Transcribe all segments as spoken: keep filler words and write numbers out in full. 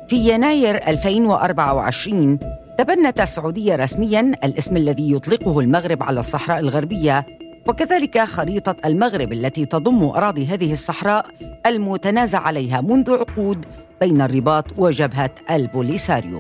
في يناير ألفين وأربعة وعشرين تبنت السعودية رسمياً الاسم الذي يطلقه المغرب على الصحراء الغربية، وكذلك خريطة المغرب التي تضم أراضي هذه الصحراء المتنازع عليها منذ عقود بين الرباط وجبهة البوليساريو.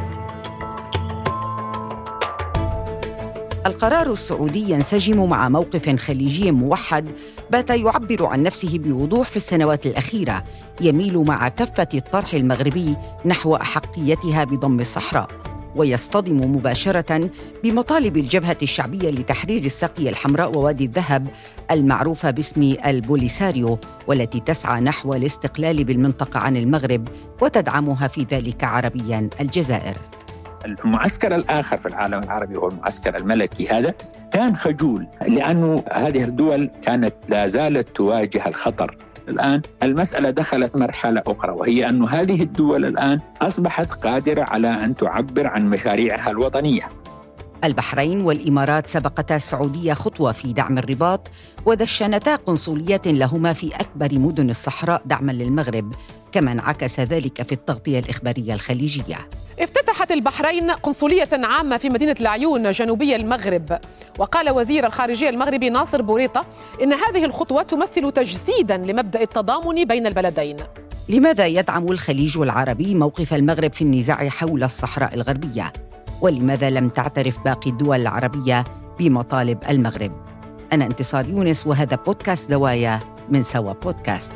القرار السعودي ينسجم مع موقف خليجي موحد بات يعبر عن نفسه بوضوح في السنوات الأخيرة، يميل مع كفة الطرح المغربي نحو أحقيتها بضم الصحراء، ويصطدم مباشرة بمطالب الجبهة الشعبية لتحرير الساقية الحمراء ووادي الذهب المعروفة باسم البوليساريو، والتي تسعى نحو الاستقلال بالمنطقة عن المغرب وتدعمها في ذلك عربياً الجزائر. المعسكر الآخر في العالم العربي هو المعسكر الملكي، هذا كان خجول لأنه هذه الدول كانت لا زالت تواجه الخطر. الآن المسألة دخلت مرحلة أخرى، وهي أن هذه الدول الآن أصبحت قادرة على أن تعبر عن مشاريعها الوطنية. البحرين والإمارات سبقتا السعودية خطوة في دعم الرباط، ودشنتا قنصليات لهما في أكبر مدن الصحراء دعماً للمغرب، كما انعكس ذلك في التغطية الإخبارية الخليجية. افتتحت البحرين قنصلية عامة في مدينة العيون جنوبي المغرب، وقال وزير الخارجية المغربي ناصر بوريطة إن هذه الخطوة تمثل تجسيداً لمبدأ التضامن بين البلدين. لماذا يدعم الخليج العربي موقف المغرب في النزاع حول الصحراء الغربية؟ ولماذا لم تعترف باقي الدول العربية بمطالب المغرب؟ أنا انتصار يونس، وهذا بودكاست زوايا من سوا بودكاست.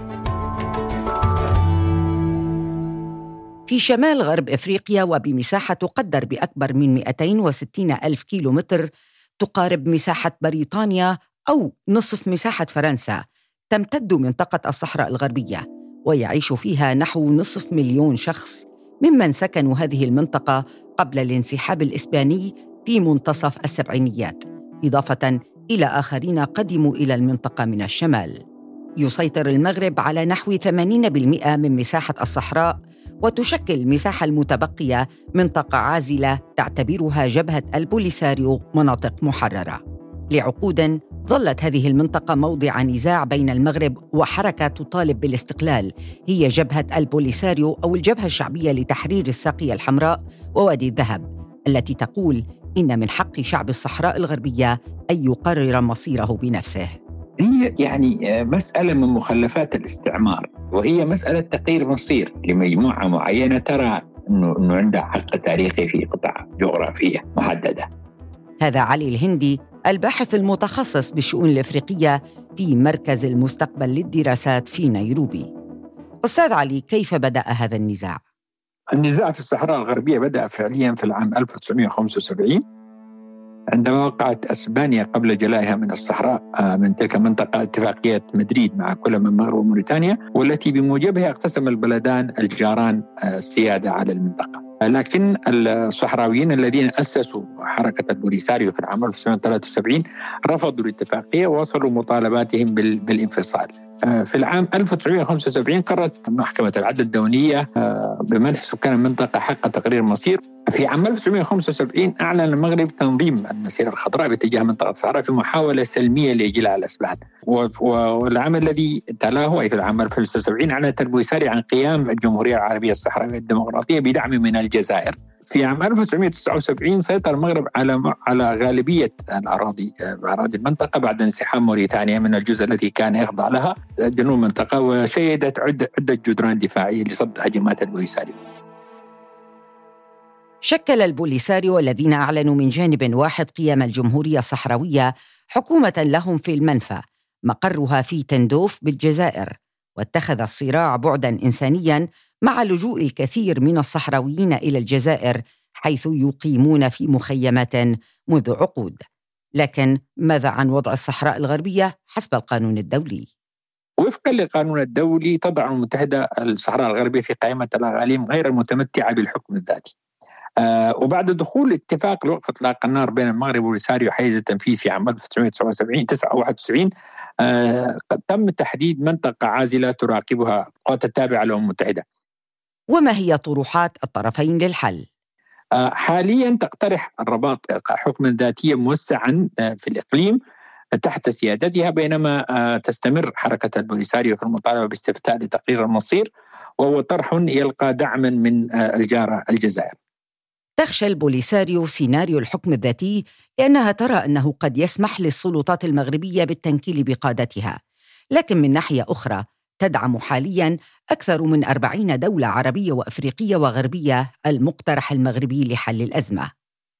في شمال غرب إفريقيا وبمساحة تقدر بأكبر من مئتين وستين ألف كيلومتر، تقارب مساحة بريطانيا أو نصف مساحة فرنسا، تمتد منطقة الصحراء الغربية، ويعيش فيها نحو نصف مليون شخص ممن سكنوا هذه المنطقة قبل الانسحاب الإسباني في منتصف السبعينيات، إضافة إلى آخرين قدموا إلى المنطقة من الشمال. يسيطر المغرب على نحو ثمانين بالمئة من مساحة الصحراء، وتشكل المساحة المتبقية منطقة عازلة تعتبرها جبهة البوليساريو مناطق محررة. لعقود ظلت هذه المنطقة موضع نزاع بين المغرب وحركة تطالب بالاستقلال، هي جبهة البوليساريو أو الجبهة الشعبية لتحرير الساقية الحمراء ووادي الذهب، التي تقول إن من حق شعب الصحراء الغربية أن يقرر مصيره بنفسه. هي يعني مسألة من مخلفات الاستعمار، وهي مسألة تغيير مصير لمجموعة معينة ترى أنه, إنه عندها حق تاريخي في قطع جغرافية محددة. هذا علي الهندي، الباحث المتخصص بالشؤون الإفريقية في مركز المستقبل للدراسات في نيروبي. أستاذ علي، كيف بدأ هذا النزاع؟ النزاع في الصحراء الغربية بدأ فعلياً في العام ألف وتسعمائة وخمسة وسبعين عندما وقعت أسبانيا قبل جلائها من الصحراء من تلك المنطقة اتفاقية مدريد مع كل من المغرب وموريتانيا، والتي بموجبها اقتسم البلدان الجاران السيادة على المنطقة. لكن الصحراويين الذين أسسوا حركة البوليساريو في العام ألف وتسعمائة وثلاثة وسبعين رفضوا الاتفاقية ووصلوا مطالباتهم بالانفصال. في العام ألف وتسعمائة وخمسة وسبعين قررت محكمة العدل الدولية بمنح سكان المنطقة حق تقرير مصير. في عام ألف وتسعمائة وخمسة وسبعين أعلن المغرب تنظيم المسيرة الخضراء باتجاه منطقة الصحراء في محاولة سلمية لإجلاء الأسبان، والعام الذي تلاه أي في العام ألف وتسعمائة وستة وسبعين أعلنت البوليساريو عن قيام الجمهورية العربية الصحراوية الديمقراطية بدعم من الجزائر. في عام ألف وتسعمائة وتسعة وسبعين سيطر المغرب على على غالبية الأراضي أراضي المنطقة بعد انسحاب موريتانيا من الجزء الذي كان يخضع لها جنوب المنطقة، وشيدت عدة عدة جدران دفاعية لصد هجمات البوليساريو. شكل البوليساريو الذين أعلنوا من جانب واحد قيام الجمهورية الصحراوية حكومة لهم في المنفى مقرها في تندوف بالجزائر، واتخذ الصراع بعداً إنسانياً مع لجوء الكثير من الصحراويين إلى الجزائر، حيث يقيمون في مخيمات منذ عقود. لكن ماذا عن وضع الصحراء الغربية حسب القانون الدولي؟ وفقا للقانون الدولي تضع الأمم المتحدة الصحراء الغربية في قائمة الأقاليم غير المتمتعة بالحكم الذاتي. آه وبعد دخول اتفاق لوقف إطلاق النار بين المغرب والبوليساريو حيز التنفيذ في عام ألف وتسعمائة وتسعة وسبعين تسعة وواحد وتسعين آه قد تم تحديد منطقة عازلة تراقبها قوات التابعة للأمم المتحدة. وما هي طروحات الطرفين للحل؟ آه حاليا تقترح الرباط حكما ذاتيا موسعا آه في الإقليم تحت سيادتها، بينما تستمر حركة البوليساريو في المطالبة باستفتاء لتقرير المصير، وهو طرح يلقى دعما من الجارة الجزائر. تخشى البوليساريو سيناريو الحكم الذاتي لأنها ترى أنه قد يسمح للسلطات المغربية بالتنكيل بقادتها، لكن من ناحية أخرى تدعم حالياً أكثر من أربعين دولة عربية وأفريقية وغربية المقترح المغربي لحل الأزمة.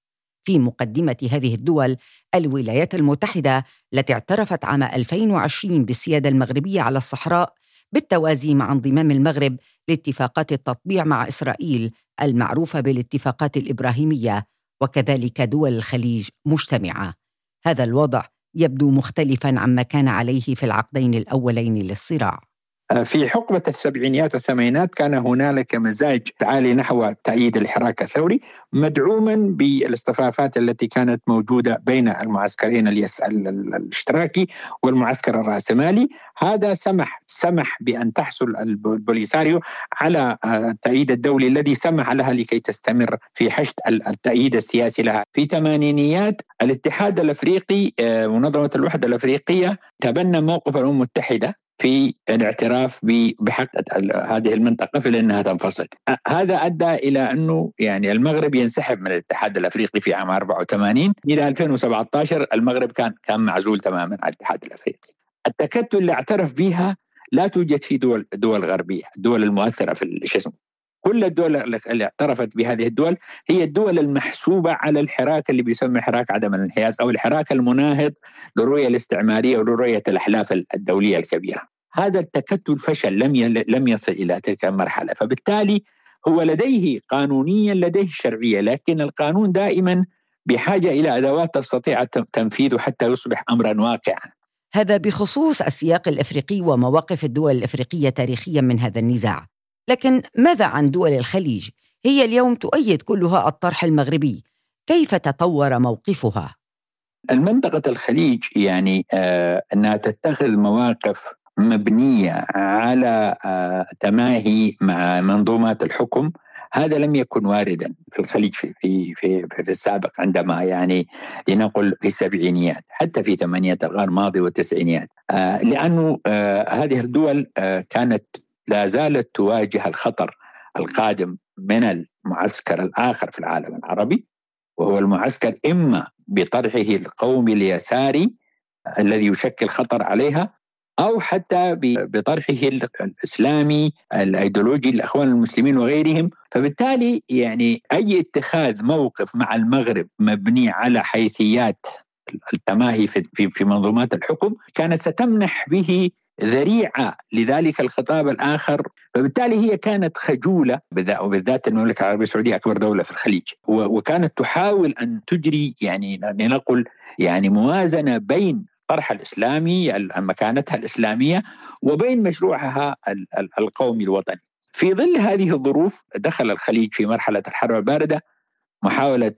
في مقدمة هذه الدول الولايات المتحدة التي اعترفت عام ألفين وعشرين بالسيادة المغربية على الصحراء، بالتوازي مع انضمام المغرب لاتفاقات التطبيع مع إسرائيل المعروفة بالاتفاقات الإبراهيمية، وكذلك دول الخليج مجتمعة. هذا الوضع يبدو مختلفاً عما كان عليه في العقدين الأولين للصراع. في حقبة السبعينيات والثمانينات كان هنالك مزاج تعالي نحو تأييد الحراك الثوري، مدعوما بالاصطفافات التي كانت موجودة بين المعسكرين الاشتراكي والمعسكر الرأسمالي. هذا سمح سمح بأن تحصل البوليساريو على التأييد الدولي الذي سمح لها لكي تستمر في حشد التأييد السياسي لها. في ثمانينيات الاتحاد الأفريقي، منظمة الوحدة الأفريقية، تبنى موقف الأمم المتحدة في الاعتراف بحق هذه المنطقة في أنها تنفصل. هذا أدى إلى أنه يعني المغرب ينسحب من الاتحاد الأفريقي في عام أربعة وثمانين. إلى ألفين وسبعة عشر المغرب كان كان معزول تماما عن الاتحاد الأفريقي. التكتل اللي اعترف بها لا توجد في دول دول غربية، الدول المؤثرة في الجسم. كل الدول اللي اعترفت بهذه الدول هي الدول المحسوبة على الحراك اللي بيسمى حراك عدم الانحياز، أو الحراك المناهض للرؤية الاستعمارية ولرؤية الأحلاف الدولية الكبيرة. هذا التكتل فشل، لم لم يصل إلى تلك المرحلة، فبالتالي هو لديه قانونيا لديه شرعية، لكن القانون دائما بحاجة إلى أدوات تستطيع تنفيذه حتى يصبح أمرا واقعا. هذا بخصوص السياق الأفريقي ومواقف الدول الأفريقية تاريخيا من هذا النزاع. لكن ماذا عن دول الخليج؟ هي اليوم تؤيد كلها الطرح المغربي، كيف تطور موقفها؟ المنطقة الخليج يعني آه أنها تتخذ مواقف مبنية على آه تماهي مع منظومات الحكم، هذا لم يكن واردا في الخليج في في في, في السابق، عندما يعني لنقل في السبعينيات حتى في ثمانينيات القرن الماضي والتسعينيات، آه لأنه آه هذه الدول آه كانت لا زالت تواجه الخطر القادم من المعسكر الآخر في العالم العربي، وهو المعسكر إما بطرحه القومي اليساري الذي يشكل خطر عليها، أو حتى بطرحه الإسلامي الأيديولوجي الأخوان المسلمين وغيرهم. فبالتالي يعني أي اتخاذ موقف مع المغرب مبني على حيثيات التماهي في في منظومات الحكم كانت ستمنح به ذريعة لذلك الخطاب الآخر. فبالتالي هي كانت خجولة، وبالذات المملكة العربية السعودية أكبر دولة في الخليج، وكانت تحاول أن تجري يعني لنقل يعني موازنة بين طرح الإسلامي مكانتها الإسلامية وبين مشروعها القومي الوطني. في ظل هذه الظروف دخل الخليج في مرحلة الحرب الباردة، محاولة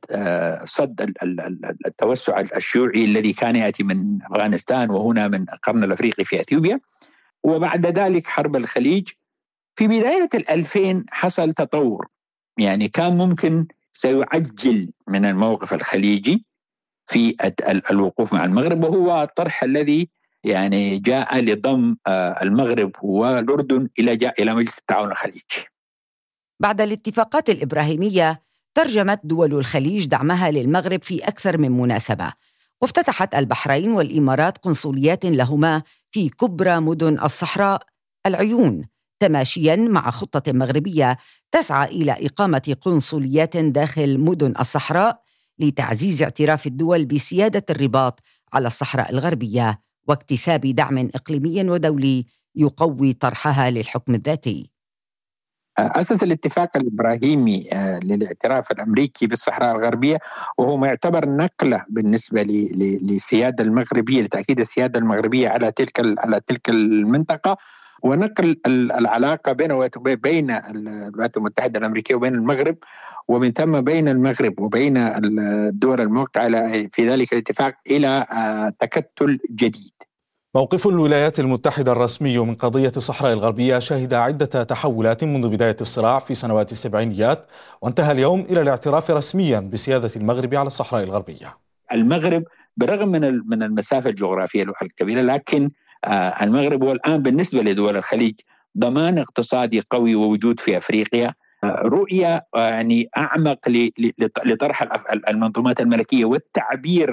صد التوسع الشيوعي الذي كان يأتي من أفغانستان وهنا من القرن الأفريقي في أثيوبيا، وبعد ذلك حرب الخليج. في بداية الألفين حصل تطور، يعني كان ممكن سيعجل من الموقف الخليجي في الوقوف مع المغرب، وهو الطرح الذي يعني جاء لضم المغرب والأردن إلى جاء إلى مجلس التعاون الخليجي. بعد الاتفاقات الإبراهيمية ترجمت دول الخليج دعمها للمغرب في أكثر من مناسبة، وافتتحت البحرين والإمارات قنصليات لهما في كبرى مدن الصحراء العيون، تماشياً مع خطة مغربية تسعى إلى إقامة قنصليات داخل مدن الصحراء لتعزيز اعتراف الدول بسيادة الرباط على الصحراء الغربية واكتساب دعم إقليمي ودولي يقوي طرحها للحكم الذاتي. أسس الاتفاق الإبراهيمي للاعتراف الأمريكي بالصحراء الغربية، وهو ما يعتبر نقلة بالنسبة للسيادة المغربية، لتأكيد السيادة المغربية على تلك على تلك المنطقة، ونقل العلاقة بين بين الولايات المتحدة الأمريكية وبين المغرب، ومن ثم بين المغرب وبين الدول الموقعة في ذلك الاتفاق إلى تكتل جديد. موقف الولايات المتحدة الرسمي من قضية الصحراء الغربية شهد عدة تحولات منذ بداية الصراع في سنوات السبعينيات، وانتهى اليوم إلى الاعتراف رسميا بسيادة المغرب على الصحراء الغربية. المغرب برغم من من المسافة الجغرافية الكبيرة، لكن المغرب هو الآن بالنسبة لدول الخليج ضمان اقتصادي قوي ووجود في أفريقيا، رؤية يعني أعمق لطرح المنظومات الملكية والتعبير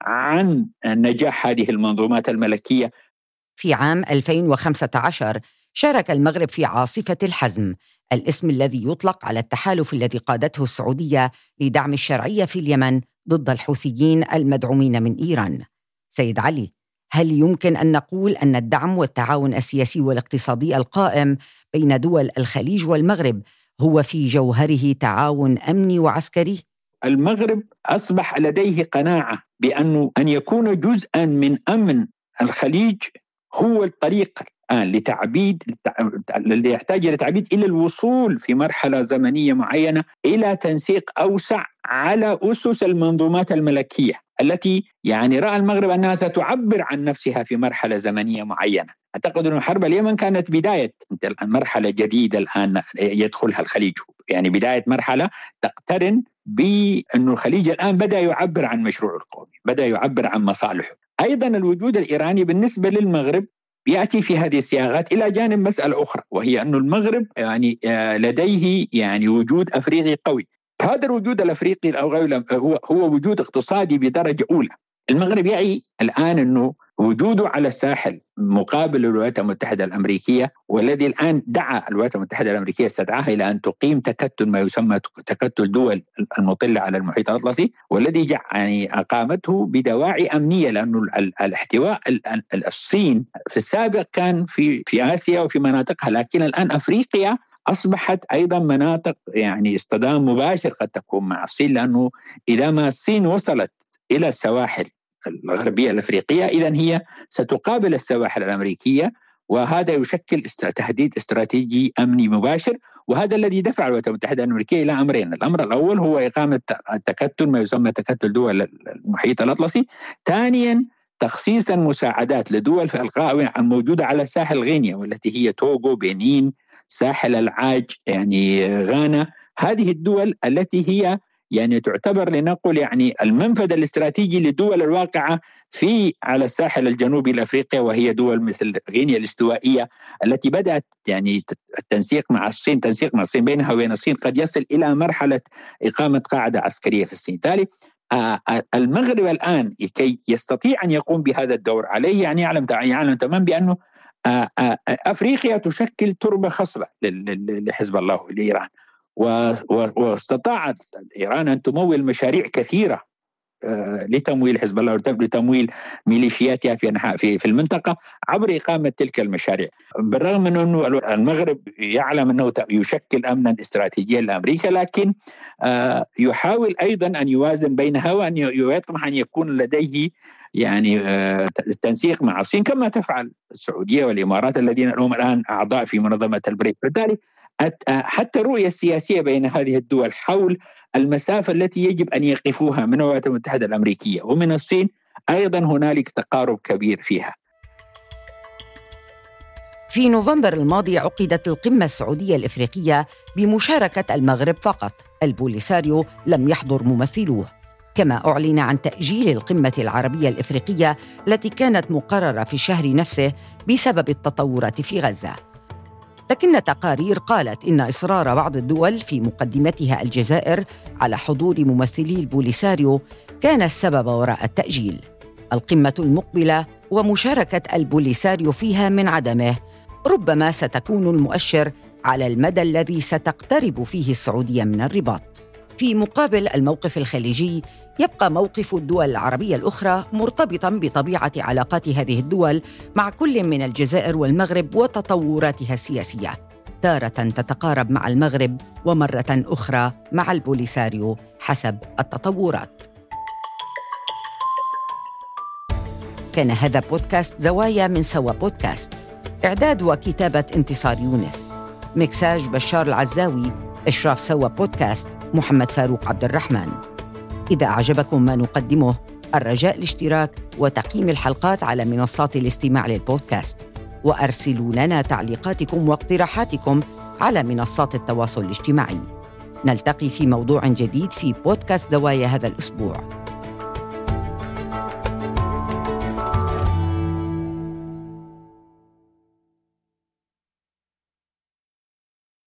عن نجاح هذه المنظومات الملكية. في عام ألفين وخمسة عشر شارك المغرب في عاصفة الحزم، الاسم الذي يطلق على التحالف الذي قادته السعودية لدعم الشرعية في اليمن ضد الحوثيين المدعومين من إيران. سيد علي، هل يمكن أن نقول أن الدعم والتعاون السياسي والاقتصادي القائم بين دول الخليج والمغرب هو في جوهره تعاون أمني وعسكري؟ المغرب أصبح لديه قناعة بأنه أن يكون جزءاً من أمن الخليج هو الطريق الآن لتعبيد الذي يحتاج إلى تعبيد إلى الوصول في مرحلة زمنية معينة إلى تنسيق أوسع على أسس المنظومات الملكية التي يعني رأى المغرب أنها ستعبر عن نفسها في مرحلة زمنية معينة. أعتقد أن حرب اليمن كانت بداية مرحلة جديدة الآن يدخلها الخليج، يعني بداية مرحلة تقترن بأن الخليج الآن بدأ يعبر عن مشروع القومي، بدأ يعبر عن مصالحه. أيضا الوجود الإيراني بالنسبة للمغرب يأتي في هذه السياقات إلى جانب مسألة أخرى، وهي أن المغرب يعني لديه يعني وجود أفريقي قوي. هذا الوجود الأفريقي هو هو وجود اقتصادي بدرجة أولى. المغرب يعي الآن أنه وجوده على الساحل مقابل الولايات المتحدة الأمريكية، والذي الآن دعا الولايات المتحدة الأمريكية استدعاها إلى أن تقيم تكتل ما يسمى تكتل دول المطلة على المحيط الأطلسي، والذي يعني أقامته بدواعي أمنية، لأنه الاحتواء الصين في السابق كان في في آسيا وفي مناطقها، لكن الآن أفريقيا أصبحت أيضا مناطق يعني اصطدام مباشر قد تكون مع الصين، لأنه إذا ما الصين وصلت إلى السواحل الغربية الأفريقية إذن هي ستقابل السواحل الأمريكية، وهذا يشكل تهديد استراتيجي أمني مباشر. وهذا الذي دفع الولايات المتحدة الأمريكية إلى أمرين: الأمر الأول هو إقامة التكتل ما يسمى تكتل دول المحيط الأطلسي، ثانيا تخصيص المساعدات لدول في القائمة الموجودة على ساحل غينيا، والتي هي توغو، بنين، ساحل العاج، يعني غانا. هذه الدول التي هي يعني تعتبر لنقل يعني المنفذ الاستراتيجي لدول الواقعة في على الساحل الجنوبي الأفريقي، وهي دول مثل غينيا الاستوائية التي بدأت يعني التنسيق مع الصين، تنسيق مع الصين بينها وبين الصين قد يصل إلى مرحلة إقامة قاعدة عسكرية في الصين. تالي المغرب الآن كي يستطيع أن يقوم بهذا الدور عليه يعني يعلم يعلم تمام بأنه أفريقيا تشكل تربة خصبة لحزب الله ولإيران، واستطاعت إيران أن تمول مشاريع كثيرة لتمويل حزب الله ولتمويل ميليشياتها في في في المنطقة عبر إقامة تلك المشاريع، بالرغم من أنه المغرب يعلم أنه يشكل أمنا استراتيجيا لأمريكا، لكن يحاول أيضا أن يوازن بينها، وأن يطمح أن يكون لديه يعني التنسيق مع الصين كما تفعل السعودية والإمارات الذين هم الآن أعضاء في منظمة البريك. بالتالي حتى الرؤية السياسية بين هذه الدول حول المسافة التي يجب أن يقفوها من الولايات المتحدة الأمريكية ومن الصين أيضا هنالك تقارب كبير فيها. في نوفمبر الماضي عقدت القمة السعودية الإفريقية بمشاركة المغرب فقط، البوليساريو لم يحضر ممثلوه، كما أعلن عن تأجيل القمة العربية الإفريقية التي كانت مقررة في الشهر نفسه بسبب التطورات في غزة. لكن تقارير قالت إن إصرار بعض الدول في مقدمتها الجزائر على حضور ممثلي البوليساريو كان السبب وراء التأجيل. القمة المقبلة ومشاركة البوليساريو فيها من عدمه ربما ستكون المؤشر على المدى الذي ستقترب فيه السعودية من الرباط. في مقابل الموقف الخليجي يبقى موقف الدول العربية الأخرى مرتبطاً بطبيعة علاقات هذه الدول مع كل من الجزائر والمغرب وتطوراتها السياسية، تارة تتقارب مع المغرب ومرة أخرى مع البوليساريو حسب التطورات. كان هذا بودكاست زوايا من سوا بودكاست، إعداد وكتابة انتصار يونس، مكساج بشار العزاوي، إشراف سوا بودكاست محمد فاروق عبد الرحمن. إذا أعجبكم ما نقدمه الرجاء الاشتراك وتقييم الحلقات على منصات الاستماع للبودكاست، وأرسلوا لنا تعليقاتكم واقتراحاتكم على منصات التواصل الاجتماعي. نلتقي في موضوع جديد في بودكاست زوايا هذا الأسبوع.